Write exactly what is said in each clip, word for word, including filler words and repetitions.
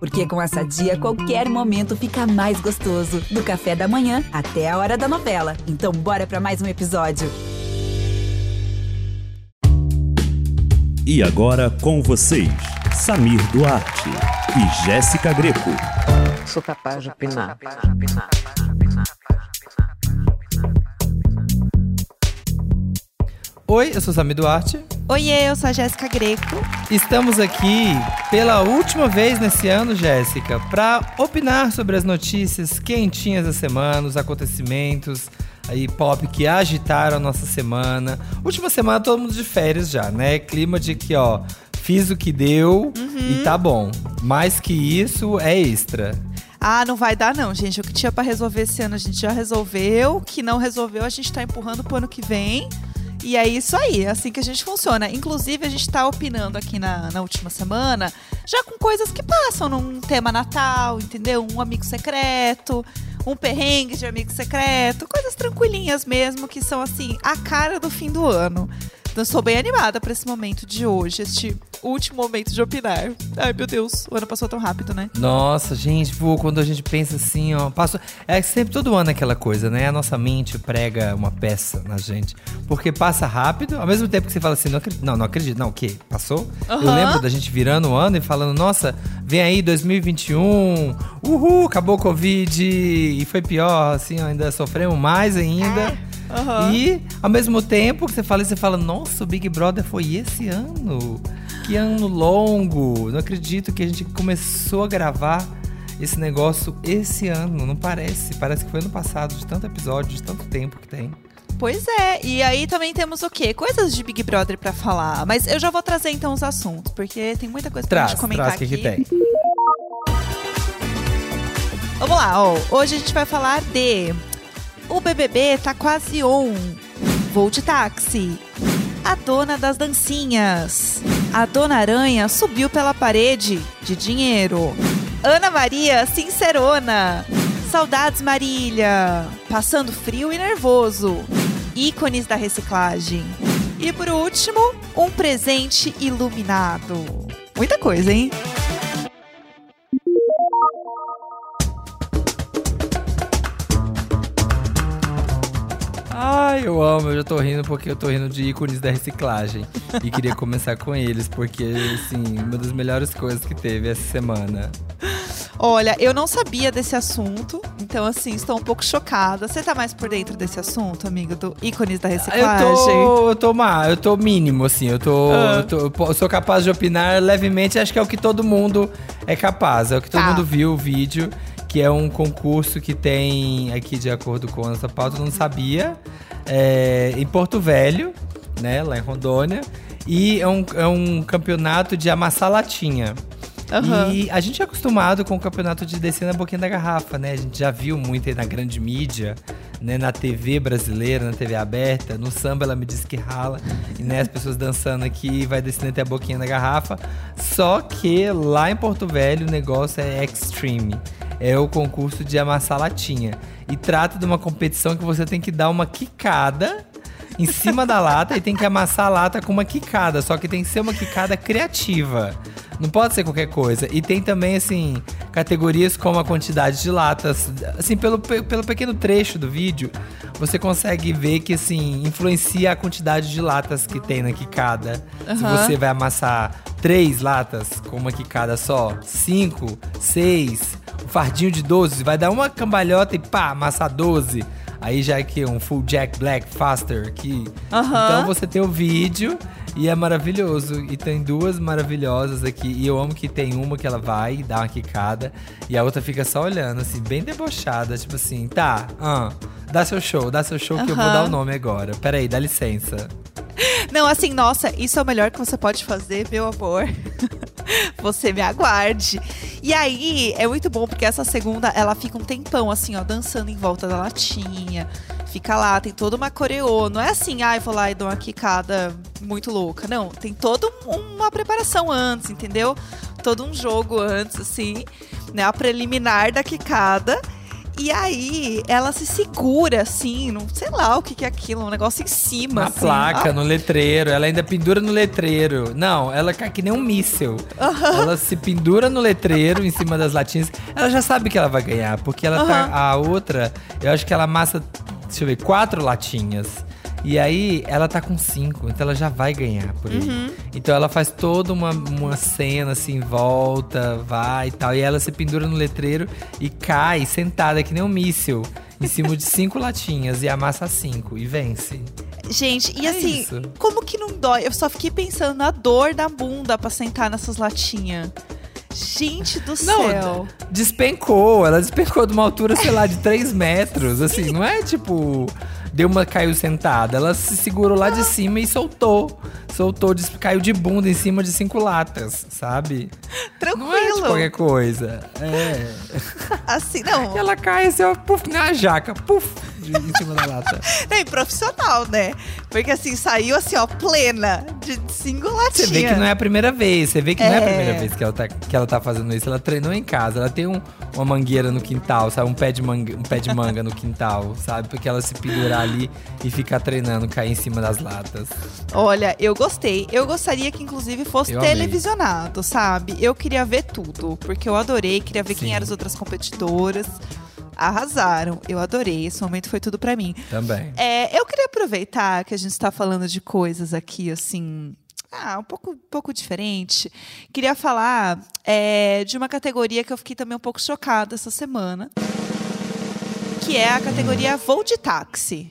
Porque com a Sadia, qualquer momento fica mais gostoso. Do café da manhã até a hora da novela. Então bora pra mais um episódio. E agora com vocês, Samir Duarte e Jéssica Greco. Sou capaz de opinar. Oi, eu sou Samir Duarte. Oiê, eu sou a Jéssica Greco. Estamos aqui pela última vez nesse ano, Jéssica, para opinar sobre as notícias quentinhas da semana, os acontecimentos aí pop que agitaram a nossa semana. Última semana todo mundo de férias já, né? Clima de que, ó, fiz o que deu uhum. e tá bom. Mais que isso é extra. Ah, não vai dar não, gente. O que tinha pra resolver esse ano a gente já resolveu. O que não resolveu a gente tá empurrando pro ano que vem. E é isso aí, é assim que a gente funciona. Inclusive, a gente tá opinando aqui na, na última semana, já com coisas que passam num tema Natal, entendeu? Um amigo secreto, um perrengue de amigo secreto, coisas tranquilinhas mesmo, que são assim, a cara do fim do ano. Então, eu sou bem animada pra esse momento de hoje, este último momento de opinar. Ai, meu Deus, o ano passou tão rápido, né? Nossa, gente, pô, quando a gente pensa assim, ó, passou... É sempre todo ano aquela coisa, né? A nossa mente prega uma peça na gente. Porque passa rápido, ao mesmo tempo que você fala assim, não acredito, não, não acredito, não, o quê? Passou? Uhum. Eu lembro da gente virando o ano e falando, nossa, vem aí dois mil e vinte e um, uhul, acabou o Covid, e foi pior, assim, ó, ainda sofremos mais ainda. É. Uhum. E, ao mesmo tempo que você fala, você fala, nossa, o Big Brother foi esse ano. Que ano longo. Não acredito que a gente começou a gravar esse negócio esse ano. Não parece. Parece que foi ano passado, de tanto episódio, de tanto tempo que tem. Pois é. E aí também temos o quê? Coisas de Big Brother pra falar. Mas eu já vou trazer então os assuntos, porque tem muita coisa pra traz, gente comentar traz, aqui. Que que tem? Vamos lá, ó. Hoje a gente vai falar de... O B B B tá quase on. Voo de táxi. A dona das dancinhas. A Dona Aranha subiu pela parede de dinheiro. Ana Maria sincerona. Saudades Marília. Passando frio e nervoso. Ícones da reciclagem. E por último, um presente iluminado. Muita coisa, hein? Ai, eu amo, eu já tô rindo porque eu tô rindo de ícones da reciclagem. E queria começar com eles, porque, assim, uma das melhores coisas que teve essa semana. Olha, eu não sabia desse assunto, então, assim, estou um pouco chocada. Você tá mais por dentro desse assunto, amigo, do ícones da reciclagem? Eu tô, eu tô, má, eu tô mínimo, assim, eu tô, ah. eu tô, eu sou capaz de opinar levemente, acho que é o que todo mundo é capaz, é o que todo tá. mundo viu o vídeo. Que é um concurso que tem, aqui de acordo com a nossa pauta, eu não sabia, é, em Porto Velho, né, lá em Rondônia. E é um, é um campeonato de amassar latinha. Uhum. E a gente é acostumado com o campeonato de descer na boquinha da garrafa, né? A gente já viu muito aí na grande mídia, né? Na T V brasileira, na T V aberta. No samba ela me disse que rala. E né, as pessoas dançando aqui, vai descendo até a boquinha da garrafa. Só que lá em Porto Velho o negócio é extreme. É o concurso de amassar latinha. E trata de uma competição que você tem que dar uma quicada em cima da lata e tem que amassar a lata com uma quicada. Só que tem que ser uma quicada criativa. Não pode ser qualquer coisa. E tem também, assim, categorias como a quantidade de latas. Assim, pelo, pelo pequeno trecho do vídeo, você consegue ver que, assim, influencia a quantidade de latas que tem na quicada. Uhum. Se você vai amassar três latas com uma quicada só, cinco, seis... fardinho de doze, vai dar uma cambalhota e pá, amassar doze. Aí já é que um full Jack Black faster aqui. Uhum. Então você tem o vídeo e é maravilhoso. E tem duas maravilhosas aqui. E eu amo que tem uma que ela vai dar uma quicada e a outra fica só olhando, assim, bem debochada. Tipo assim, tá, uh, dá seu show, dá seu show que uhum. eu vou dar o nome agora. Peraí, dá licença. Não, assim, nossa, isso é o melhor que você pode fazer, meu amor. Você me aguarde. E aí, é muito bom, porque essa segunda, ela fica um tempão, assim, ó, dançando em volta da latinha. Fica lá, tem toda uma coreô. Não é assim, ai, ah, vou lá e dou uma quicada muito louca. Não, tem toda um, uma preparação antes, entendeu? Todo um jogo antes, assim, né? A preliminar da quicada. E aí, ela se segura, assim, não sei lá o que, que é aquilo, um negócio em cima. Na assim. placa, Ah, no letreiro. Ela ainda pendura no letreiro. Não, ela cai que nem um míssil. Aham. Ela se pendura no letreiro, em cima das latinhas. Ela já sabe que ela vai ganhar, porque ela tá. Aham. A outra, eu acho que ela amassa, deixa eu ver, quatro latinhas. E aí, ela tá com cinco, então ela já vai ganhar por aí. Uhum. Então ela faz toda uma, uma cena assim, volta, vai e tal. E ela se pendura no letreiro e cai sentada, que nem um míssil, em cima de cinco latinhas. E amassa cinco e vence. Gente, e É assim, isso. como que não dói? Eu só fiquei pensando na dor da bunda pra sentar nessas latinhas. Gente do céu. Despencou. Ela despencou de uma altura, sei lá, de três metros. Assim, não é tipo… Deu uma, caiu sentada. Ela se segurou lá de cima e soltou. Soltou, des- caiu de bunda em cima de cinco latas, sabe? Tranquilo. Não é de qualquer coisa. É. Assim, não. E ela cai assim, ó, puf, na jaca, puf, de- em cima da lata. É profissional, né? Porque assim, saiu assim, ó, plena, de cinco latinhas. Você vê que não é a primeira vez, você vê que não é a É. primeira vez que ela, tá, que ela tá fazendo isso. Ela treinou em casa, ela tem um- uma mangueira no quintal, sabe? Um pé, de manga, um pé de manga no quintal, sabe? Porque ela se pendurar ali e ficar treinando, cair em cima das latas. Olha, eu gostei. Eu gostaria que, inclusive, fosse Eu amei. televisionado, sabe? Eu queria ver tudo, porque eu adorei. Queria ver Sim. quem eram as outras competidoras. Arrasaram. Eu adorei. Esse momento foi tudo pra mim. Também. É, eu queria aproveitar que a gente está falando de coisas aqui, assim… Ah, um pouco, um pouco diferente. Queria falar é, de uma categoria que eu fiquei também um pouco chocada essa semana. Que é a categoria voo de táxi.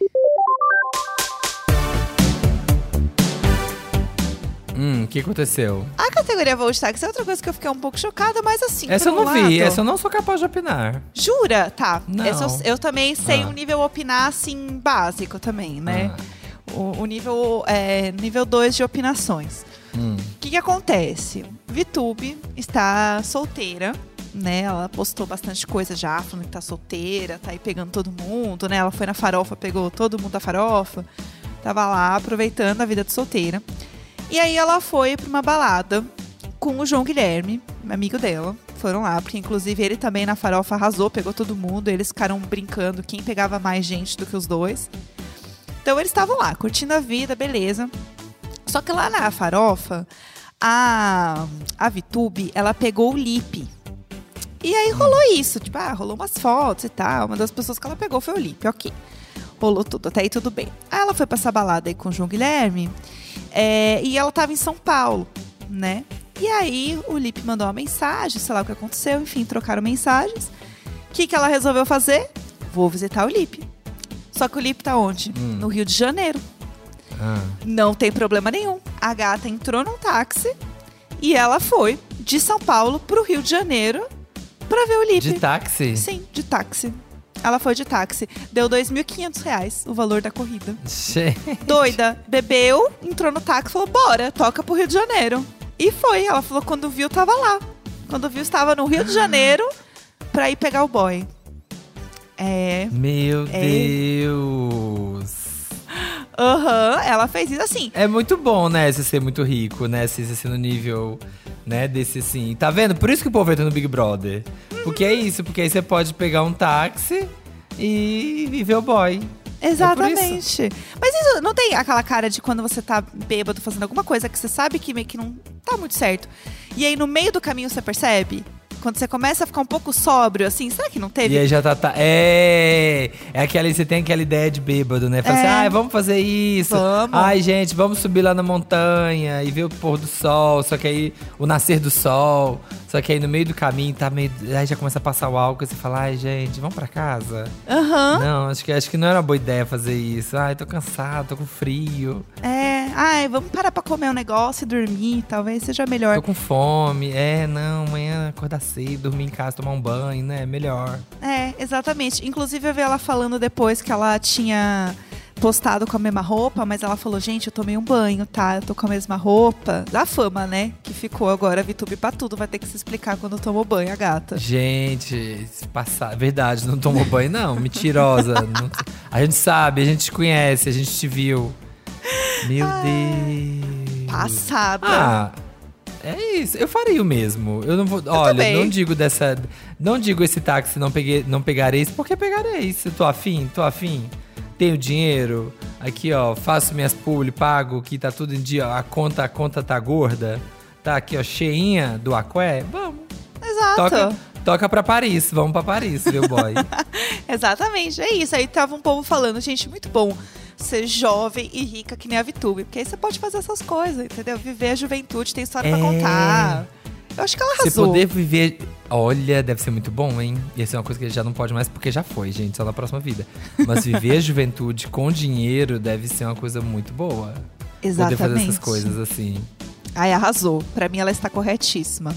Hum, o que aconteceu? A categoria voo de táxi é outra coisa que eu fiquei um pouco chocada, mas assim, Essa eu por um não vi, lado- essa eu não sou capaz de opinar. Jura? Tá. Não. Essa eu, eu também sei Ah. um nível opinar, assim, básico também, né? Ah. O, o nível é, nível dois de opinações. Hum. O que, que acontece? VTube está solteira, né? Ela postou bastante coisa já, falando que tá solteira, tá aí pegando todo mundo, né? Ela foi na farofa, pegou todo mundo da farofa. Tava lá aproveitando a vida de solteira. E aí ela foi pra uma balada com o João Guilherme, amigo dela. Foram lá, porque inclusive ele também na farofa arrasou, pegou todo mundo. Eles ficaram brincando quem pegava mais gente do que os dois. Então eles estavam lá, curtindo a vida, beleza. Só que lá na farofa, a, a VTube, ela pegou o Lipe. E aí rolou isso, tipo, ah, rolou umas fotos e tal. Uma das pessoas que ela pegou foi o Lipe, ok. Rolou tudo, até aí tudo bem. Aí ela foi pra essa balada aí com o João Guilherme, é, e ela tava em São Paulo, né? E aí o Lipe mandou uma mensagem, sei lá o que aconteceu, enfim, trocaram mensagens. O que, que ela resolveu fazer? Vou visitar o Lipe. Só que o Lipe tá onde? Hum. No Rio de Janeiro. Ah. Não tem problema nenhum. A gata entrou num táxi e ela foi de São Paulo pro Rio de Janeiro pra ver o Lipe. De táxi? Sim, de táxi. Ela foi de táxi. Deu dois mil e quinhentos reais o valor da corrida. Gente. Doida. Bebeu, entrou no táxi e falou, bora, toca pro Rio de Janeiro. E foi. Ela falou, quando viu, tava lá. Quando viu, estava no Rio de Janeiro pra ir pegar o boy. É… Meu É. Deus. Aham, ela fez isso assim. É muito bom, né, você ser muito rico, né, se você ser no nível, né, desse assim. Tá vendo? Por isso que o povo entra no Big Brother. Porque é isso, porque aí você pode pegar um táxi e viver o boy. Exatamente. Mas isso não tem aquela cara de quando você tá bêbado fazendo alguma coisa que você sabe que meio que não tá muito certo. E aí no meio do caminho você percebe? Quando você começa a ficar um pouco sóbrio, assim, será que não teve? E aí já tá. tá é, é aquela, você tem aquela ideia de bêbado, né? Fala É. assim, ai, vamos fazer isso. Vamos. Ai, gente, vamos subir lá na montanha e ver o pôr do sol. Só que aí, o nascer do sol. Só que aí no meio do caminho tá meio. Aí já começa a passar o álcool e você fala, ai, gente, vamos pra casa? Aham. Não, acho que, acho que não era uma boa ideia fazer isso. Ai, tô cansado, tô com frio, É, ai, vamos parar pra comer um negócio e dormir, talvez seja melhor. tô com fome. É, não, amanhã acordar cedo, dormir em casa, tomar um banho, né? Melhor. É, exatamente. Inclusive eu vi ela falando depois que ela tinha postado com a mesma roupa, mas ela falou, gente, eu tomei um banho, tá? Eu tô com a mesma roupa. Da fama, né? Que ficou agora, VTube pra tudo. Vai ter que se explicar quando tomou banho, a gata. Gente, se passar. Verdade, não tomou banho, não. Mentirosa. Não- a gente sabe, a gente te conhece, a gente te viu. Meu Deus. Passada. Ah, É isso, eu faria o mesmo. Eu não vou. Eu olha, também. não digo dessa. Não digo esse táxi, não, peguei, não pegareis, porque pegareis. Eu tô afim, tô afim. Tenho dinheiro. Aqui, ó, faço minhas publi, pago, que tá tudo em dia. A conta, a conta tá gorda. Tá aqui, ó, cheinha do aqué. Vamos. Exato. Toca, toca pra Paris, vamos pra Paris, meu boy. Exatamente, é isso. Aí tava um povo falando, gente, muito bom ser jovem e rica que nem a Vitube. Porque aí você pode fazer essas coisas, entendeu? Viver a juventude, tem história é... pra contar. Eu acho que ela arrasou. Você poder viver... Olha, deve ser muito bom, hein? Ia ser uma coisa que já não pode mais, porque já foi, gente. Só na próxima vida. Mas viver a juventude com dinheiro deve ser uma coisa muito boa. Exatamente. Poder fazer essas coisas assim. Ai, arrasou. Pra mim, ela está corretíssima.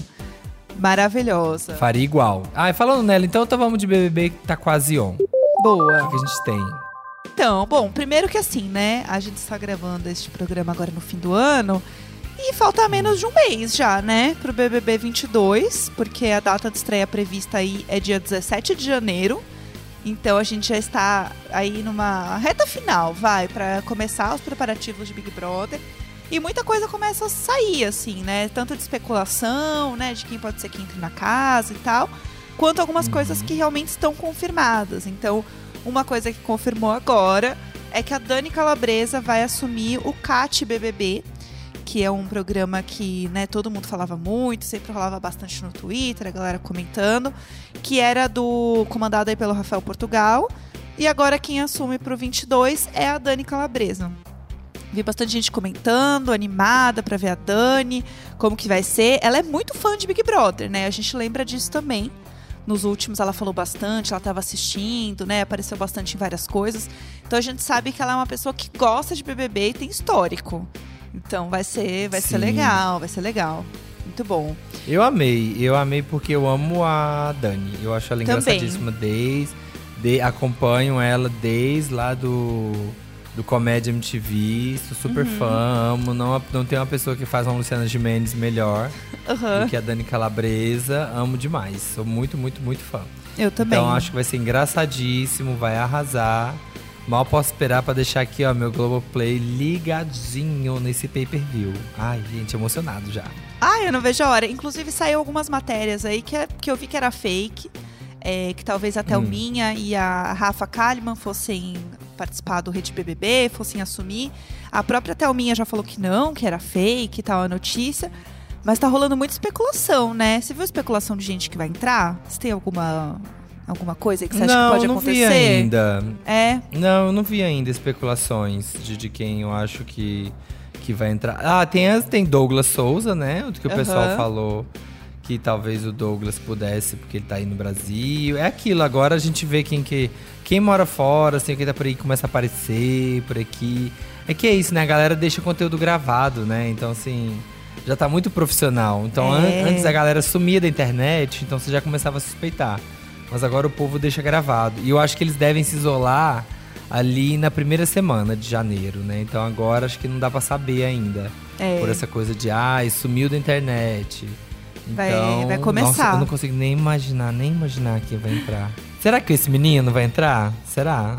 Maravilhosa. Faria igual. Ai, falando nela, então, então vamos de B B B que tá quase on. Boa. O que a gente tem? Então, bom, primeiro que assim, né? A gente está gravando este programa agora no fim do ano. E falta menos de um mês já, né? Pro B B B vinte e dois. Porque a data de estreia prevista aí é dia dezessete de janeiro. Então a gente já está aí numa reta final, vai, para começar os preparativos de Big Brother. E muita coisa começa a sair, assim, né? Tanto de especulação, né? De quem pode ser que entre na casa e tal. Quanto algumas uhum. coisas que realmente estão confirmadas. Então, uma coisa que confirmou agora é que a Dani Calabresa vai assumir o C A T B B B. Que é um programa que, né, todo mundo falava muito, sempre rolava bastante no Twitter, a galera comentando. Que era do comandado aí pelo Rafael Portugal. E agora quem assume pro vinte e dois é a Dani Calabresa. Vi bastante gente comentando, animada pra ver a Dani, como que vai ser. Ela é muito fã de Big Brother, né? A gente lembra disso também. Nos últimos ela falou bastante, ela estava assistindo, né? Apareceu bastante em várias coisas. Então a gente sabe que ela é uma pessoa que gosta de B B B e tem histórico. Então vai ser, vai ser legal, vai ser legal. Muito bom. Eu amei, eu amei porque eu amo a Dani. Eu acho ela também. Engraçadíssima desde... De, acompanho ela desde lá do... do Comédia M T V, sou super uhum. fã, amo. Não, não tem uma pessoa que faz uma Luciana Gimenez melhor uhum. do que a Dani Calabresa. Amo demais, sou muito, muito, muito fã. Eu também. Então acho que vai ser engraçadíssimo, vai arrasar. Mal posso esperar pra deixar aqui, ó, meu Globoplay ligadinho nesse pay-per-view. Ai, gente, emocionado já. Ai, eu não vejo a hora. Inclusive saiu algumas matérias aí que, é, que eu vi que era fake. É, que talvez a Thelminha hum. e a Rafa Kalimann fossem participar do Rede B B B, fossem assumir. A própria Thelminha já falou que não, que era fake e tal, a notícia. Mas tá rolando muita especulação, né? Você viu especulação de gente que vai entrar? Você tem alguma, alguma coisa que você acha não, que pode não acontecer? Não, não vi ainda. É? Não, eu não vi ainda especulações de, de quem eu acho que, que vai entrar. Ah, tem, as, tem Douglas Souza, né? O que o uhum. pessoal falou. Que talvez o Douglas pudesse, porque ele tá aí no Brasil. É aquilo, agora a gente vê quem, que, quem mora fora, assim, quem tá por aí começa a aparecer por aqui. É que é isso, né? A galera deixa o conteúdo gravado, né? Então, assim, já tá muito profissional. Então, é. an- antes a galera sumia da internet, então você já começava a suspeitar. Mas agora o povo deixa gravado. E eu acho que eles devem se isolar ali na primeira semana de janeiro, né? Então agora acho que não dá pra saber ainda. É. Por essa coisa de, ai, sumiu da internet. Vai, então, vai começar. Nossa, eu não consigo nem imaginar, nem imaginar que vai entrar. Será que esse menino vai entrar? Será?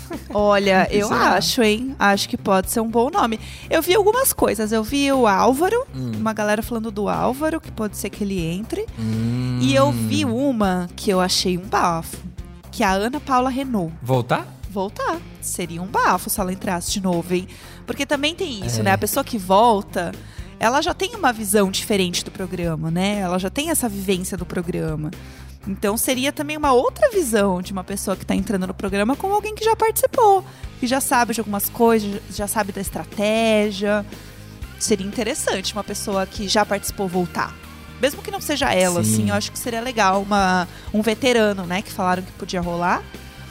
Olha, eu Será? acho, hein? Acho que pode ser um bom nome. Eu vi algumas coisas. Eu vi o Álvaro, hum. uma galera falando do Álvaro, que pode ser que ele entre. Hum. E eu vi uma que eu achei um bafo, que é a Ana Paula Renault. Voltar? Voltar. Seria um bafo se ela entrasse de novo, hein? Porque também tem isso, é. né? A pessoa que volta, ela já tem uma visão diferente do programa, né? Ela já tem essa vivência do programa. Então seria também uma outra visão de uma pessoa que está entrando no programa com alguém que já participou, que já sabe de algumas coisas, já sabe da estratégia. Seria interessante uma pessoa que já participou voltar. Mesmo que não seja ela, Sim. assim, eu acho que seria legal. Uma, um veterano, né, que falaram que podia rolar.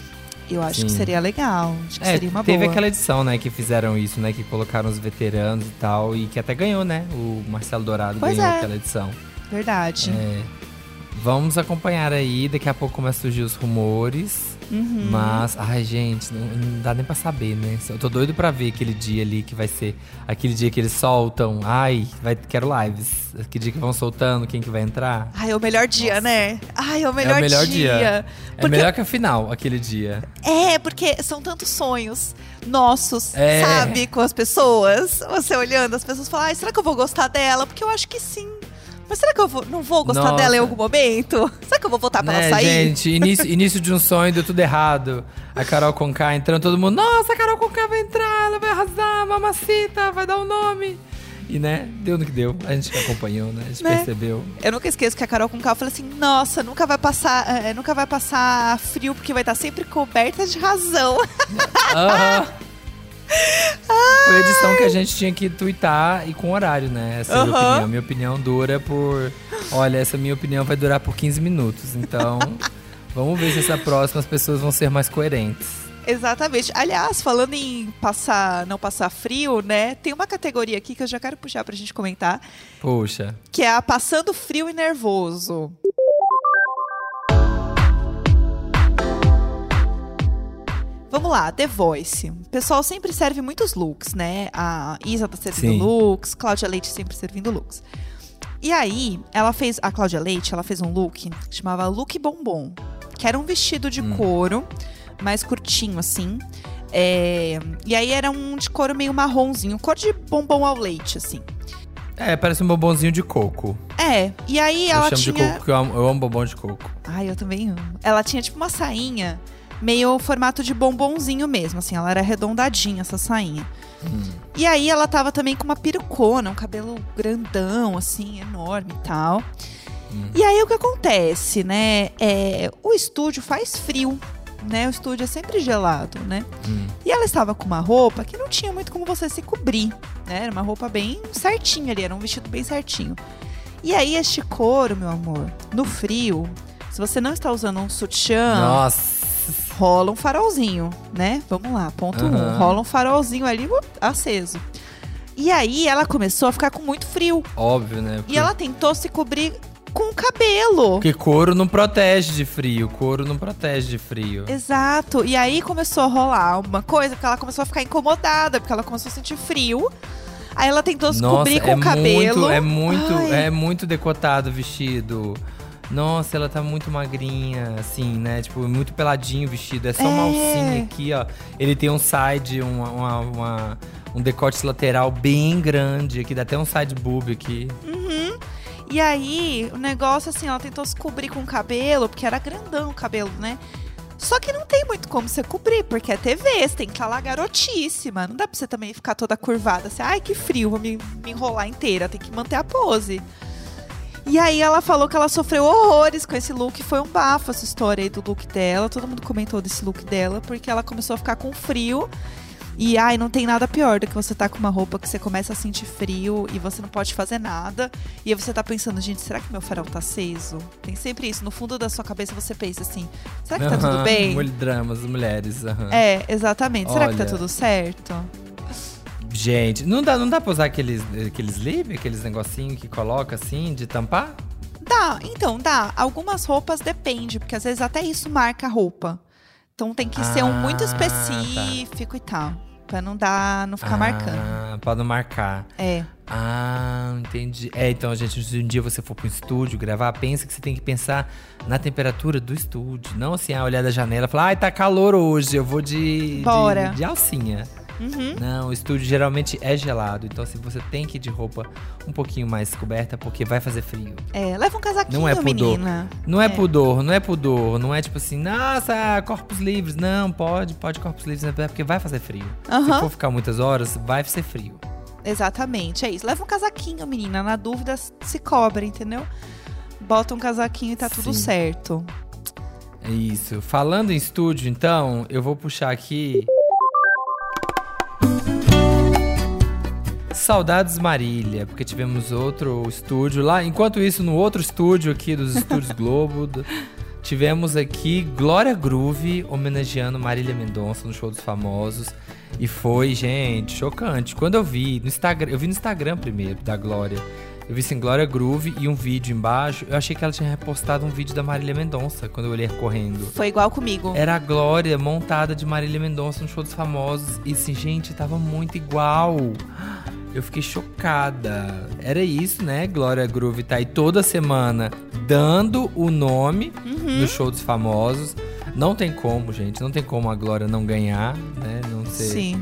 Eu acho Sim. que seria legal, acho que é, seria uma teve boa. Teve aquela edição, né, que fizeram isso, né, que colocaram os veteranos e tal, e que até ganhou, né, o Marcelo Dourado pois ganhou é. aquela edição. Verdade. É, vamos acompanhar aí, daqui a pouco começam a surgir os rumores, uhum. mas, ai gente, não, não dá nem pra saber, né, eu tô doido pra ver aquele dia ali que vai ser, aquele dia que eles soltam, ai, vai, quero lives, aquele dia que vão soltando, quem que vai entrar. Ai, é o melhor dia, Nossa. né? Ai, é o melhor, é o melhor dia. dia. Porque... É melhor que a final, aquele dia. É, porque são tantos sonhos nossos, é. sabe? Com as pessoas. Você olhando, as pessoas falam, ai, será que eu vou gostar dela? Porque eu acho que sim. Mas será que eu vou, não vou gostar Nossa. dela em algum momento? Será que eu vou voltar pra Né, ela sair? gente, início, início de um sonho, deu tudo errado. A Carol Conká entrando, todo mundo, nossa, a Carol Conká vai entrar, ela vai arrasar, mamacita, vai dar o nome. E, né, deu no que deu. A gente que acompanhou, né, a gente Né? percebeu. Eu nunca esqueço que a Carol Conká falou assim, nossa, nunca vai passar, é, nunca vai passar frio, porque vai estar sempre coberta de razão. Aham. Foi a edição que a gente tinha que twittar e com horário, né? Essa é a minha Aham. opinião. Minha opinião dura por... Olha, essa minha opinião vai durar por quinze minutos. Então, vamos ver se essa próxima as pessoas vão ser mais coerentes. Exatamente. Aliás, falando em passar, não passar frio, né? Tem uma categoria aqui que eu já quero puxar pra gente comentar, Poxa. que é a passando frio e nervoso. Vamos lá, The Voice. O pessoal sempre serve muitos looks, né? A Isa tá servindo Sim. looks, Cláudia Leite sempre servindo looks. E aí, ela fez, a Cláudia Leite, ela fez um look que chamava Look Bombom, que era um vestido de Hum. couro, mais curtinho assim. É, e aí era um de couro meio marronzinho, cor de bombom ao leite, assim. É, parece um bombonzinho de coco. É, e aí Eu ela chamo tinha... de coco porque eu amo, eu amo bombom de coco. Ai, eu também amo. Ela tinha tipo uma sainha meio formato de bombonzinho mesmo, assim. Ela era arredondadinha, essa sainha. Hum. E aí ela tava também com uma perucona, um cabelo grandão, assim, enorme e tal. Hum. E aí o que acontece, né? É, o estúdio faz frio, né? O estúdio é sempre gelado, né? Hum. E ela estava com uma roupa que não tinha muito como você se cobrir, né? Era uma roupa bem certinha ali, era um vestido bem certinho. E aí este couro, meu amor, no frio, se você não está usando um sutiã, Nossa. rola um farolzinho, né? Vamos lá, ponto Aham. um. Rola um farolzinho ali, uh, aceso. E aí ela começou a ficar com muito frio. Óbvio, né? E ela tentou se cobrir com o cabelo. Porque couro não protege de frio. Couro não protege de frio. Exato. E aí começou a rolar uma coisa, porque ela começou a ficar incomodada, porque ela começou a sentir frio. Aí ela tentou se Nossa, cobrir com é o cabelo. Muito, é muito, Ai. é muito decotado o vestido. Nossa, ela tá muito magrinha, assim, né? Tipo, muito peladinho o vestido. É só uma É. alcinha aqui, ó. Ele tem um side, uma, uma- uma- um decote lateral bem grande. Aqui dá até um side boob aqui. E aí, o negócio assim, ela tentou se cobrir com o cabelo, porque era grandão o cabelo, né? Só que não tem muito como você cobrir, porque é T V, você tem que estar lá garotíssima. Não dá pra você também ficar toda curvada, assim, ai que frio, vou me, me enrolar inteira, tem que manter a pose. E aí ela falou que ela sofreu horrores com esse look, foi um bafo essa história aí do look dela. Todo mundo comentou desse look dela, porque ela começou a ficar com frio. E ai, não tem nada pior do que você tá com uma roupa que você começa a sentir frio e você não pode fazer nada. E aí você tá pensando, gente, será que meu farol tá aceso? Tem sempre isso. No fundo da sua cabeça você pensa assim, será que tá tudo Aham, bem? mul- Dramas, mulheres. aham. É, exatamente. Será que tá Olha. tudo certo? Gente, não dá, não dá pra usar aqueles, aqueles lib, aqueles negocinhos que coloca assim, de tampar? Dá, então dá. Algumas roupas depende, porque às vezes até isso marca a roupa. Então tem que ser um muito Ah, específico e tal. Pra não dar, não ficar ah, marcando. Pra não marcar. É. Ah, entendi. É, então, gente, se um dia você for pro estúdio gravar, pensa que você tem que pensar na temperatura do estúdio. Não assim, ah, olhar da janela e falar, ai, tá calor hoje, eu vou de, Bora. de, de alcinha. Uhum. Não, o estúdio geralmente é gelado. Então, assim, você tem que ir de roupa um pouquinho mais coberta, porque vai fazer frio. É, leva um casaquinho, Não é pudor. menina. Não é, É. pudor, não é pudor. Não é tipo assim, nossa, corpos livres. Não, pode, pode corpos livres, é porque vai fazer frio. Se Aham. for ficar muitas horas, vai ser frio. Exatamente, é isso. Leva um casaquinho, menina. Na dúvida, se cobre, entendeu? Bota um casaquinho e tá tudo Sim. certo. É isso. Falando em estúdio, então, eu vou puxar aqui. Saudades Marília, porque tivemos outro estúdio lá. Enquanto isso, no outro estúdio aqui dos Estúdios Globo, do- tivemos aqui Glória Groove homenageando Marília Mendonça no Show dos Famosos. E foi, gente, chocante. Quando eu vi no Instagram, eu vi no Instagram primeiro da Glória. Eu vi assim, Glória Groove e um vídeo embaixo. Eu achei que ela tinha repostado um vídeo da Marília Mendonça quando eu olhei correndo. Foi igual comigo. Era a Glória montada de Marília Mendonça no Show dos Famosos. E assim, gente, tava muito igual. Eu fiquei chocada. Era isso, né? Glória Groove tá aí toda semana dando o nome Uhum. no Show dos Famosos. Não tem como, gente. Não tem como a Glória não ganhar, né? Não ser Sim.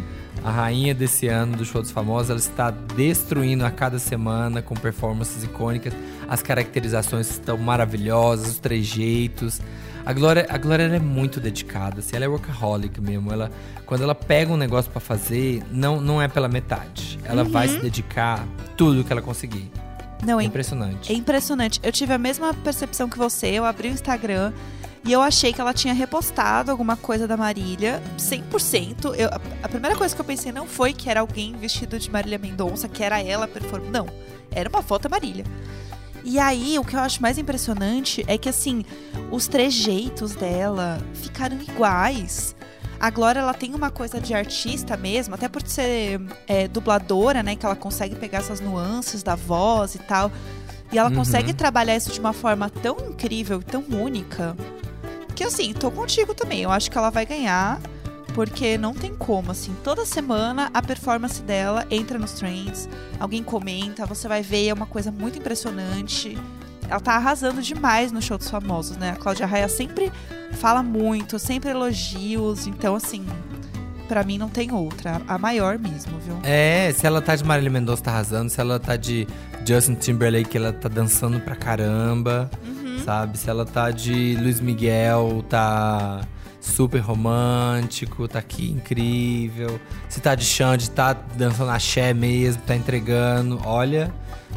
A rainha desse ano do Show dos Famosos, ela está destruindo a cada semana com performances icônicas. As caracterizações estão maravilhosas, os trejeitos. A Glória, a Glória ela é muito dedicada, assim, ela é workaholic mesmo. Ela, quando ela pega um negócio pra fazer, não, não é pela metade. Ela uhum. vai se dedicar tudo que ela conseguir. Não, é é impressionante. É impressionante. Eu tive a mesma percepção que você. Eu abri o Instagram e eu achei que ela tinha repostado alguma coisa da Marília, cem por cento. Eu, a, a primeira coisa que eu pensei não foi que era alguém vestido de Marília Mendonça, que era ela performando. Não, era uma foto da Marília. E aí, o que eu acho mais impressionante é que, assim, os trejeitos dela ficaram iguais. A Glória, ela tem uma coisa de artista mesmo, até por ser é, dubladora, né? Que ela consegue pegar essas nuances da voz e tal. E ela uhum. consegue trabalhar isso de uma forma tão incrível, tão única, que, assim, tô contigo também. Eu acho que ela vai ganhar, porque não tem como, assim. Toda semana a performance dela entra nos trends, alguém comenta, você vai ver, é uma coisa muito impressionante. Ela tá arrasando demais no Show dos Famosos, né? A Cláudia Raia sempre fala muito, sempre elogios. Então, assim, pra mim não tem outra. A maior mesmo, viu? É, se ela tá de Marília Mendonça, tá arrasando. Se ela tá de Justin Timberlake, ela tá dançando pra caramba, uhum. sabe? Se ela tá de Luiz Miguel, tá super romântico, tá aqui incrível. Se tá de Xande, tá dançando axé mesmo, tá entregando. Olha,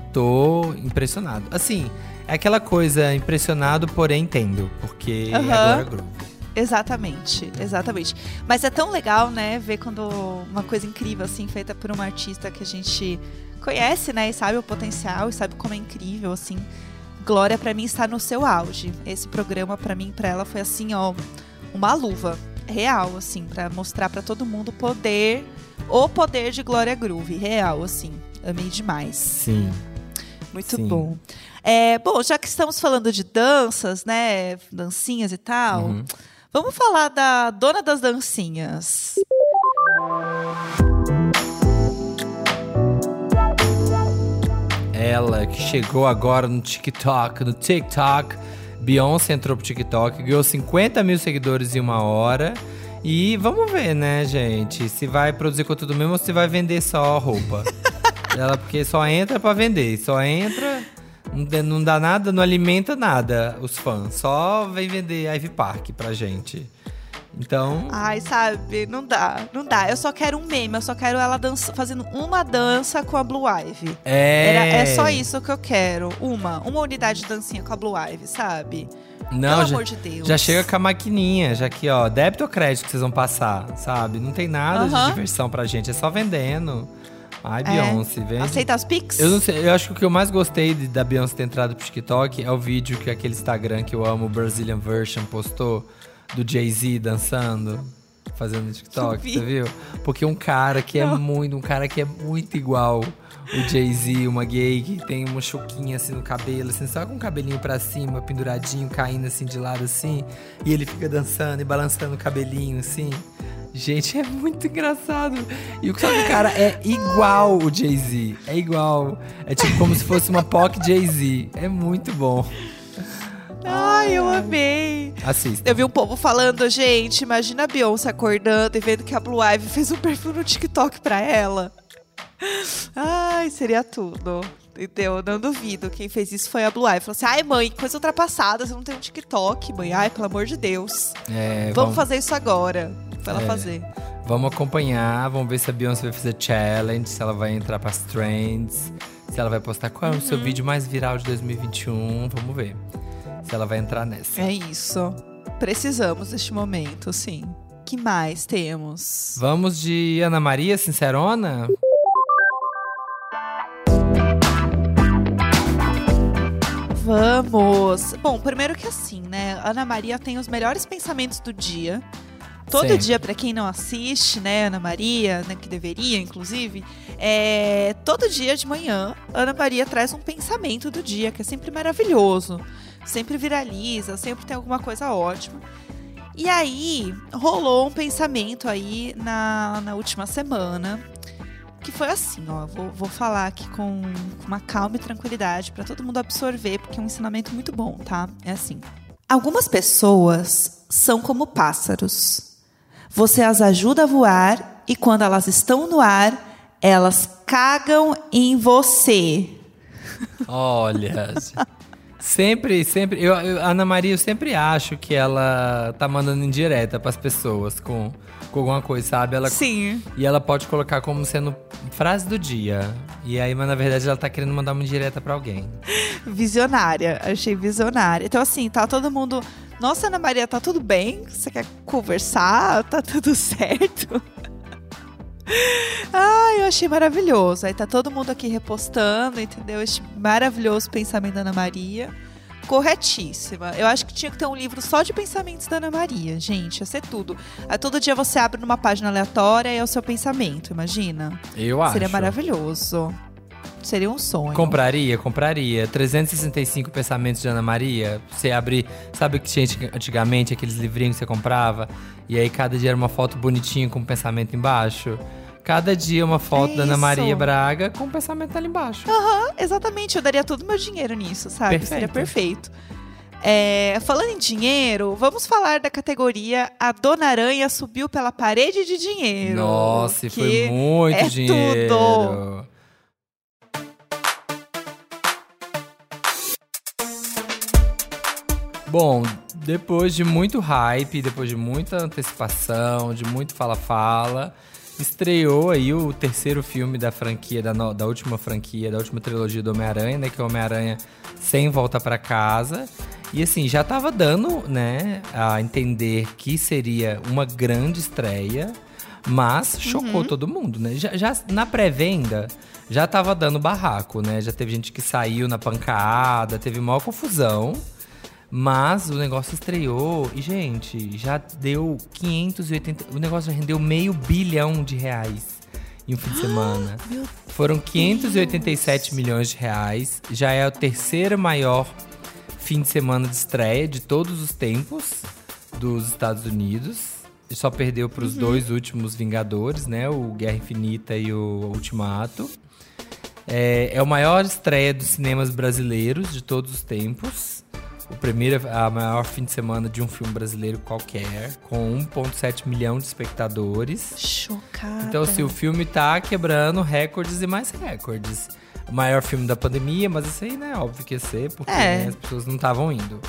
tô impressionado. Assim, é aquela coisa, impressionado, porém entendo, porque uhum. é Glória Groove. Exatamente, exatamente. Mas é tão legal, né, ver quando uma coisa incrível, assim, feita por uma artista que a gente conhece, né, e sabe o potencial, e sabe como é incrível, assim. Glória, pra mim, está no seu auge. Esse programa, pra mim, pra ela, foi assim, ó, uma luva real, assim, pra mostrar pra todo mundo o poder, o poder de Glória Groove, real, assim. Amei demais. Sim. Muito Sim. bom. É, bom, já que estamos falando de danças, né, dancinhas e tal, uhum. vamos falar da dona das dancinhas. Ela que chegou agora no TikTok, no TikTok, Beyoncé entrou pro TikTok, ganhou cinquenta mil seguidores em uma hora. E vamos ver, né, gente, se vai produzir conteúdo mesmo ou se vai vender só roupa. Ela, porque só entra pra vender, só entra, não dá nada, não alimenta nada os fãs. Só vem vender Ivy Park pra gente. Então… Ai, sabe, não dá, não dá. Eu só quero um meme, eu só quero ela dança, fazendo uma dança com a Blue Ivy. É… Era, é só isso que eu quero, uma, uma unidade de dancinha com a Blue Ivy, sabe? Não, Pelo já, amor de Deus. Já chega com a maquininha, já aqui, ó, débito ou crédito que vocês vão passar, sabe? Não tem nada uh-huh. de diversão pra gente, é só vendendo. Ai, é. Beyoncé, vem. Aceita as Pix? Eu não sei, eu acho que o que eu mais gostei de, da Beyoncé ter entrado pro TikTok é o vídeo que aquele Instagram que eu amo, o Brazilian Version, postou do Jay-Z dançando, fazendo TikTok, você viu? Porque um cara que é não. muito, um cara que é muito igual o Jay-Z, uma gay que tem uma choquinha assim no cabelo, assim, só com o cabelinho pra cima, penduradinho, caindo assim de lado assim, e ele fica dançando e balançando o cabelinho assim. Gente, é muito engraçado. E o cara é igual o Jay-Z. É igual. É tipo como se fosse uma P O C Jay-Z. É muito bom. Ai, eu amei. Assista. Eu vi um povo falando, gente, imagina a Beyoncé acordando e vendo que a Blue Ivy fez um perfil no TikTok pra ela. Ai, seria tudo. Entendeu? Eu não duvido. Quem fez isso foi a Blue Ivy. Falou assim, ai mãe, coisa ultrapassada, você não tem um TikTok, mãe. Ai, pelo amor de Deus. É, vamos, vamos fazer isso agora. Pra ela é, fazer. Vamos acompanhar, vamos ver se a Beyoncé vai fazer challenge, se ela vai entrar pras trends, se ela vai postar qual é o seu Uhum. vídeo mais viral de dois mil e vinte e um, vamos ver se ela vai entrar nessa. É isso. Precisamos deste momento, sim. Que mais temos? Vamos de Ana Maria Sincerona? Vamos! Bom, primeiro que assim, né? Ana Maria tem os melhores pensamentos do dia. Todo Sempre. dia, pra quem não assiste, né, Ana Maria, né, que deveria, inclusive, é, todo dia de manhã, Ana Maria traz um pensamento do dia, que é sempre maravilhoso. Sempre viraliza, sempre tem alguma coisa ótima. E aí, rolou um pensamento aí na, na última semana, que foi assim, ó, vou, vou falar aqui com, com uma calma e tranquilidade pra todo mundo absorver, porque é um ensinamento muito bom, tá? É assim. Algumas pessoas são como pássaros. Você as ajuda a voar e quando elas estão no ar, elas cagam em você. Olha, sempre, sempre. Eu, eu, Ana Maria, eu sempre acho que ela tá mandando indireta pras pessoas com, com alguma coisa, sabe? Ela, Sim. E ela pode colocar como sendo frase do dia. E aí, mas na verdade, ela tá querendo mandar uma indireta pra alguém. Visionária, achei visionária. Então, assim, tá todo mundo. Nossa, Ana Maria, tá tudo bem? Você quer conversar? Tá tudo certo? Ai, eu achei maravilhoso. Aí tá todo mundo aqui repostando, entendeu? Este maravilhoso pensamento da Ana Maria. Corretíssima. Eu acho que tinha que ter um livro só de pensamentos da Ana Maria, gente. Ia ser tudo. Aí todo dia você abre numa página aleatória e é o seu pensamento, imagina? Eu acho. Seria maravilhoso. Seria um sonho. Compraria, compraria. trezentos e sessenta e cinco pensamentos de Ana Maria. Você abre, sabe o que tinha antigamente, aqueles livrinhos que você comprava? E aí cada dia era uma foto bonitinha com um pensamento embaixo. Cada dia uma foto É da Ana isso. Maria Braga com um pensamento ali embaixo. Aham, exatamente. Eu daria todo o meu dinheiro nisso, sabe? Perfeito. Seria perfeito. É, falando em dinheiro, vamos falar da categoria A Dona Aranha Subiu pela Parede de Dinheiro. Nossa, e que foi muito é dinheiro. tudo. Bom, depois de muito hype, depois de muita antecipação, de muito fala-fala, estreou aí o terceiro filme da franquia, da, no, da última franquia, da última trilogia do Homem-Aranha, né? Que é o Homem-Aranha Sem Volta Pra Casa. E assim, já tava dando, né, a entender que seria uma grande estreia, mas chocou Uhum. todo mundo, né? Já, já na pré-venda, já tava dando barraco, né? Já teve gente que saiu na pancada, teve maior confusão. Mas o negócio estreou e, gente, já deu quinhentos e oitenta... O negócio já rendeu meio bilhão de reais em um fim de semana. Meu Foram quinhentos e oitenta e sete milhões de reais. Já é o terceiro maior fim de semana de estreia de todos os tempos dos Estados Unidos. Só perdeu para os dois últimos Vingadores, né? O Guerra Infinita e o Ultimato. É, é o maior estreia dos cinemas brasileiros de todos os tempos. O primeiro, a maior fim de semana de um filme brasileiro qualquer, com um vírgula sete milhão de espectadores. Chocada. Então, assim, o filme tá quebrando recordes e mais recordes. O maior filme da pandemia, mas isso aí, né, óbvio que ia ser, porque É. né, as pessoas não estavam indo.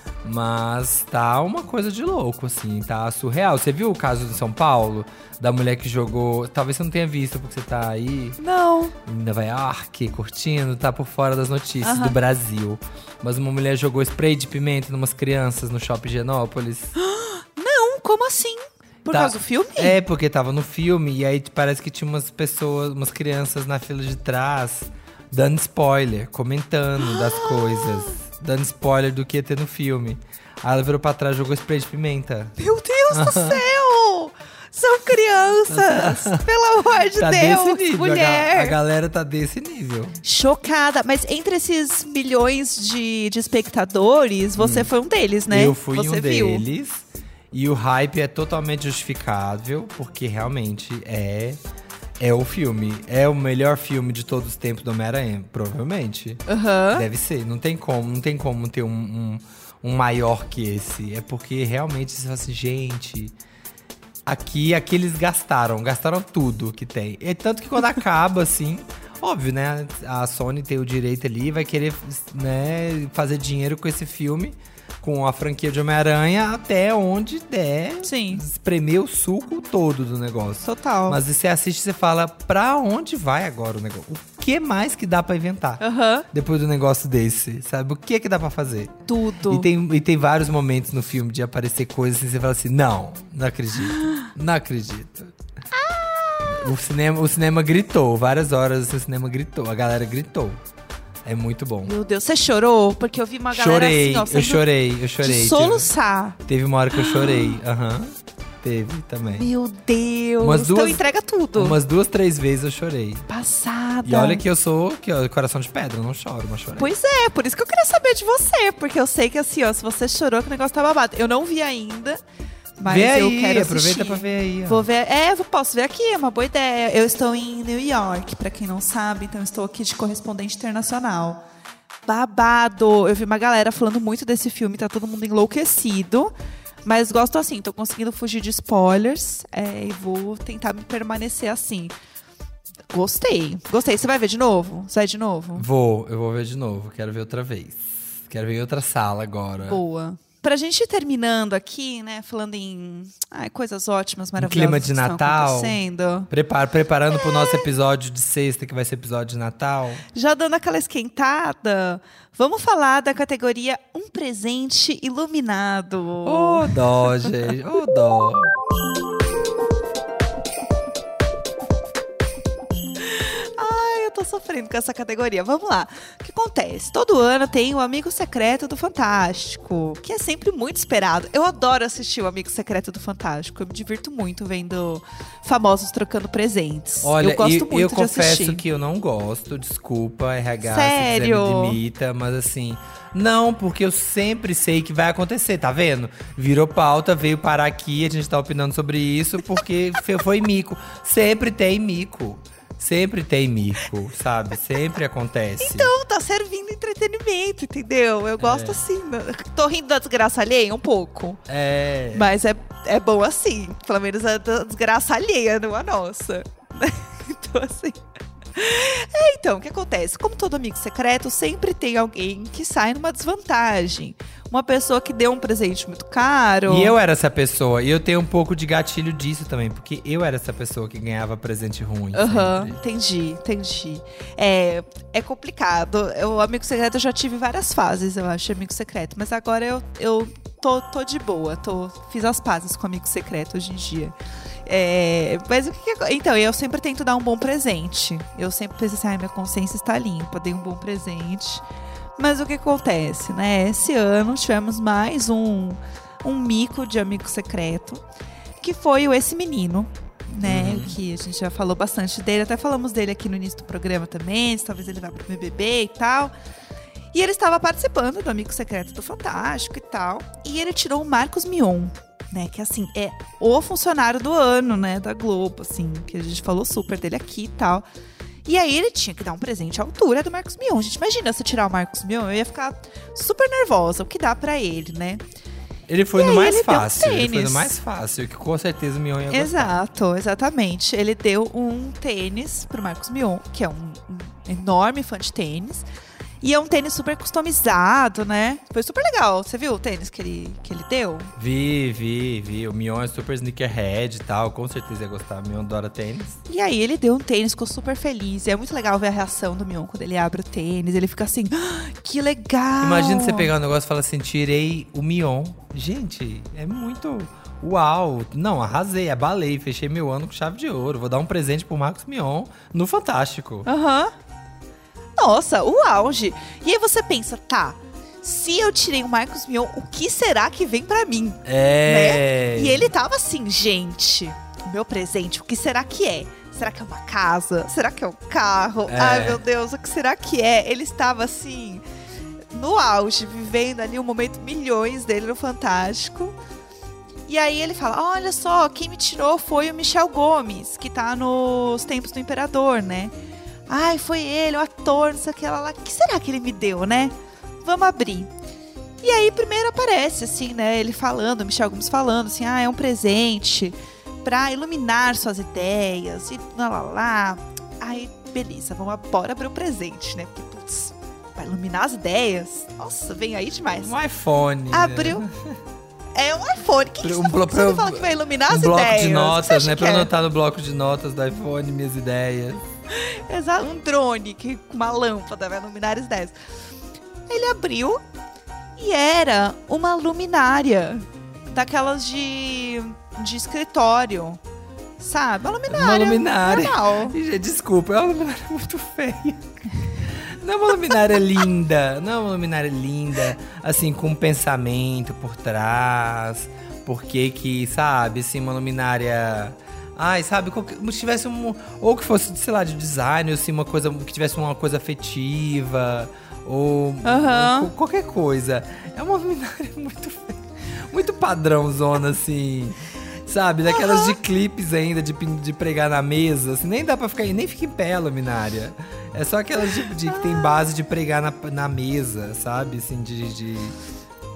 Mas tá uma coisa de louco, assim, tá surreal. Você viu o caso de São Paulo? Da mulher que jogou... Talvez você não tenha visto, porque você tá aí Não. em Nova York, curtindo, tá por fora das notícias Aham. do Brasil. Mas uma mulher jogou spray de pimenta em umas crianças no Shopping Higienópolis. Não, como assim? Por Tá. causa do filme? É, porque tava no filme e aí parece que tinha umas pessoas, umas crianças na fila de trás, dando spoiler, comentando das coisas, dando spoiler do que ia ter no filme. Aí ela virou pra trás e jogou spray de pimenta. Meu Deus do céu! São crianças! Pelo amor de Tá Deus, desse nível, a, mulher! ga- a galera tá desse nível. Chocada. Mas entre esses milhões de, de espectadores, você foi um deles, né? Eu fui você um viu. deles. E o hype é totalmente justificável, porque realmente é, é o filme. É o melhor filme de todos os tempos do Homem-Aranha, provavelmente. Aham. Deve ser, não tem como, não tem como ter um, um, um maior que esse. É porque realmente você fala assim, gente, aqui, aqui eles gastaram, gastaram tudo que tem. E tanto que quando acaba, assim, óbvio, né? A Sony tem o direito ali, vai querer, né, fazer dinheiro com esse filme, com a franquia de Homem-Aranha, até onde der. Sim. Espremer o suco todo do negócio. Total. Mas você assiste e você fala, pra onde vai agora o negócio? O que mais que dá pra inventar? Aham. Depois do negócio desse, sabe? O que que dá pra fazer? Tudo. E tem, e tem vários momentos no filme de aparecer coisas assim, você fala assim, não, não acredito, não acredito. O cinema, o cinema gritou, várias horas o cinema gritou, a galera gritou. É muito bom. Meu Deus, você chorou? Porque eu vi uma galera Chorei, assim, ó. eu saindo chorei, eu chorei. De Teve, soluçar. teve uma hora que eu chorei, aham, teve também. Meu Deus. Umas duas- Então entrega tudo. Umas duas, três vezes eu chorei. Passada. E olha que eu sou que, ó, coração de pedra, eu não choro, mas chorei. Pois é, por isso que eu queria saber de você. Porque eu sei que assim, ó, se você chorou que o negócio tá babado. Eu não vi ainda, mas Vê eu aí, quero aproveita assistir. pra ver aí. Ó. Vou ver. É, eu posso ver aqui, é uma boa ideia. Eu estou em New York, pra quem não sabe, então eu estou aqui de correspondente internacional. Babado! Eu vi uma galera falando muito desse filme, tá todo mundo enlouquecido. Mas gosto assim, tô conseguindo fugir de spoilers é, e vou tentar me permanecer assim. Gostei, gostei. Você vai ver de novo? Você vai de novo? Vou, eu vou ver de novo. Quero ver outra vez. Quero ver em outra sala agora. Boa. Pra gente ir terminando aqui, né, falando em ai, coisas ótimas, maravilhosas. Um clima de que estão Natal. acontecendo. Prepar, preparando é. pro nosso episódio de sexta, que vai ser episódio de Natal. Já dando aquela esquentada, vamos falar da categoria Um Presente Iluminado. Ô, oh, dó, gente. Ô, oh, dó. Tô sofrendo com essa categoria. Vamos lá. O que acontece? Todo ano tem o Amigo Secreto do Fantástico, que é sempre muito esperado. Eu adoro assistir o Amigo Secreto do Fantástico. Eu me divirto muito vendo famosos trocando presentes. Olha, eu gosto eu, muito eu de confesso assistir. que eu não gosto. Desculpa, R H, Sério? se quiser me demita, mas assim… Não, porque eu sempre sei que vai acontecer, tá vendo? Virou pauta, veio parar aqui, a gente tá opinando sobre isso, porque foi mico. Sempre tem mico. Sempre tem mico, sabe? Sempre acontece. Então, tá servindo entretenimento, entendeu? Eu gosto é. assim. Tô rindo da desgraça alheia um pouco. É. Mas é, é bom assim. Pelo menos a desgraça alheia, não a nossa. Então, assim… É, então, o que acontece? Como todo amigo secreto, sempre tem alguém que sai numa desvantagem. Uma pessoa que deu um presente muito caro. E eu era essa pessoa. E eu tenho um pouco de gatilho disso também. Porque eu era essa pessoa que ganhava presente ruim. Aham, uhum, entendi, entendi. É, é complicado. O amigo secreto eu já tive várias fases, eu acho, amigo secreto. Mas agora eu, eu tô, tô de boa. Tô, fiz as pazes com o amigo secreto hoje em dia. É, mas o que, que então eu sempre tento dar um bom presente. Eu sempre penso assim, ai, minha consciência está limpa, dei um bom presente. Mas o que acontece, né? Esse ano tivemos mais um um mico de amigo secreto, que foi o Esse Menino, né? Uhum. Que a gente já falou bastante dele, até falamos dele aqui no início do programa também, talvez ele vá pro B B B e tal. E ele estava participando do Amigo Secreto do Fantástico e tal, e ele tirou o Marcos Mion. Né, que assim, é o funcionário do ano, né, da Globo, assim, que a gente falou super dele aqui e tal. E aí ele tinha que dar um presente à altura do Marcos Mion. Gente, imagina se tirar o Marcos Mion, eu ia ficar super nervosa, o que dá pra ele, né? Ele foi e no mais ele fácil, um ele foi no mais fácil, que com certeza o Mion ia gostar. Exato, exatamente. Ele deu um tênis pro Marcos Mion, que é um, um enorme fã de tênis. E é um tênis super customizado, né? Foi super legal. Você viu o tênis que ele, que ele deu? Vi, vi, vi. O Mion é super sneakerhead e tal. Com certeza ia gostar. O Mion adora tênis. E aí ele deu um tênis, ficou super feliz. E é muito legal ver a reação do Mion quando ele abre o tênis. Ele fica assim, ah, que legal! Imagina você pegar um negócio e falar assim, tirei o Mion. Gente, é muito… Uau! Não, arrasei, abalei. Fechei meu ano com chave de ouro. Vou dar um presente pro Marcos Mion no Fantástico. Aham. Uhum. Nossa, o auge. E aí você pensa, tá, se eu tirei o Marcos Mion, o que será que vem pra mim? É. Né? E ele tava assim, gente, o meu presente, o que será que é? Será que é uma casa? Será que é um carro? É. Ai, meu Deus, o que será que é? Ele estava assim, no auge, vivendo ali o momento milhões dele no Fantástico. E aí ele fala, olha só, quem me tirou foi o Michel Gomes, que tá nos Tempos do Imperador, né? Ai, foi ele, o ator, não sei o que lá. O que será que ele me deu, né? Vamos abrir. E aí, primeiro aparece, assim, né? Ele falando, o Michel Gomes falando, assim, ah, é um presente pra iluminar suas ideias e lá, lá, lá. Aí, beleza, vamos bora abrir o presente, né? Porque, putz, vai iluminar as ideias. Nossa, vem aí demais. Um iPhone. Abriu. Né? É um iPhone. O que, que um você, pro, você fala que vai iluminar um as bloco ideias? De notas, né? Pra é? anotar no bloco de notas do iPhone minhas ideias. Exato, um drone que com uma lâmpada vai iluminar as ideias. Ele abriu e era uma luminária daquelas de, de escritório, sabe? Uma luminária. Uma luminária. Normal. Desculpa, é uma luminária muito feia. Não é uma luminária linda, não é uma luminária linda, assim, com um pensamento por trás, porque que, sabe, assim, uma luminária… Ai, sabe, qualquer, se tivesse um… Ou que fosse, sei lá, de design, ou assim, uma coisa… Que tivesse uma coisa afetiva, ou… Uhum. ou qualquer coisa. É uma luminária muito feia, muito padrãozona, assim… Sabe, daquelas uhum. de clipes ainda, de, de pregar na mesa, assim, nem dá pra ficar, nem fica em pé a luminária. É só aquelas de, de, que tem base de pregar na, na mesa, sabe, assim, de… de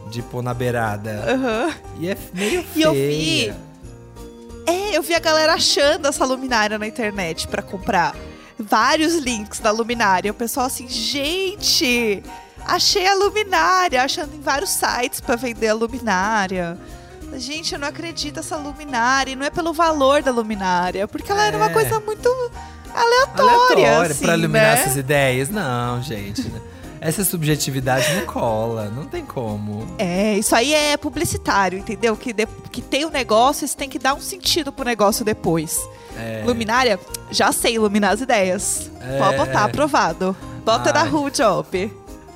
de pôr na beirada. Aham. E é meio feia. E eu vi. É, eu vi a galera achando essa luminária na internet pra comprar. Vários links da luminária. O pessoal assim, gente, achei a luminária. Achando em vários sites pra vender a luminária. Gente, eu não acredito nessa luminária. E não é pelo valor da luminária. Porque ela É. era uma coisa muito aleatória, Aleatório, assim, pra iluminar né? essas ideias. Não, gente. Essa subjetividade não cola. Não tem como. É, isso aí é publicitário, entendeu? Que, de- que tem um negócio, você tem que dar um sentido pro negócio depois. É. Luminária, já sei iluminar as ideias. É. Pode botar, aprovado. Bota na Ai. rua, Job.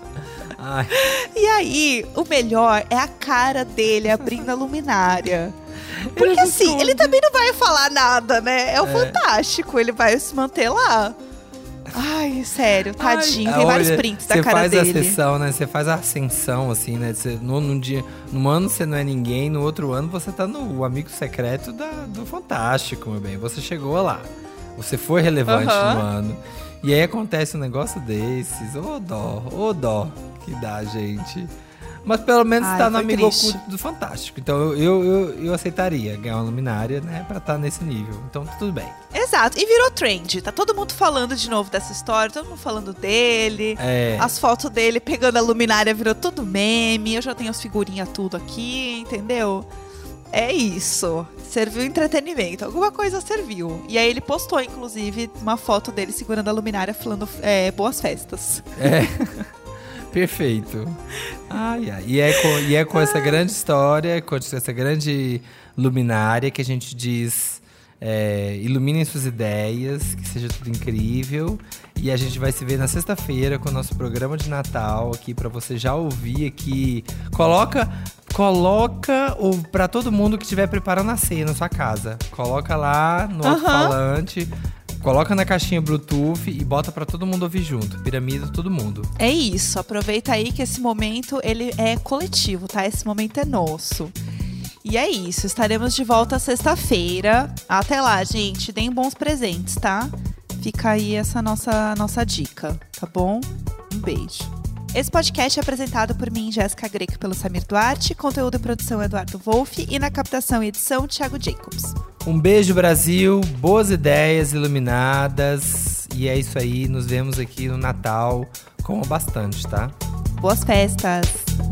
Ai, E aí, o melhor é a cara dele abrindo a luminária. Porque assim, ele também não vai falar nada, né? É o Fantástico, ele vai se manter lá. Ai, sério, tadinho. Tem vários olha, prints da você cara faz dele. a sessão, né? Você faz a ascensão, assim, né? Você, no, num dia, num ano você não é ninguém, no outro ano você tá no amigo secreto da, do Fantástico, meu bem. Você chegou lá. Você foi relevante Aham. no ano. E aí acontece um negócio desses. Ô dó, ô dó que dá, gente. Mas pelo menos Ai, tá no foi amigo triste. oculto do Fantástico. Então eu, eu, eu, eu aceitaria ganhar uma luminária, né? Pra estar nesse nível. Então tudo bem. Exato, e virou trend. Tá todo mundo falando de novo dessa história, todo mundo falando dele. É. As fotos dele pegando a luminária virou tudo meme. Eu já tenho as figurinhas tudo aqui, entendeu? É isso. Serviu entretenimento. Alguma coisa serviu. E aí ele postou, inclusive, uma foto dele segurando a luminária falando é, boas festas. É. Perfeito. Ai, ai. E, é com, e é com essa grande história, com essa grande luminária que a gente diz: é, iluminem suas ideias, que seja tudo incrível. E a gente vai se ver na sexta-feira com o nosso programa de Natal aqui pra você já ouvir aqui. Coloca, coloca o, pra todo mundo que estiver preparando a ceia na sua casa. Coloca lá no Aham. alto-falante. Coloca na caixinha Bluetooth e bota pra todo mundo ouvir junto. Piramida todo mundo. É isso. Aproveita aí que esse momento ele é coletivo, tá? Esse momento é nosso. E é isso. Estaremos de volta sexta-feira. Até lá, gente. Deem bons presentes, tá? Fica aí essa nossa, nossa dica, tá bom? Um beijo. Esse podcast é apresentado por mim, Jéssica Greco, pelo Samir Duarte. Conteúdo e produção Eduardo Wolff. E na captação e edição, Thiago Jacobs. Um beijo, Brasil. Boas ideias iluminadas. E é isso aí. Nos vemos aqui no Natal. Coma bastante, tá? Boas festas!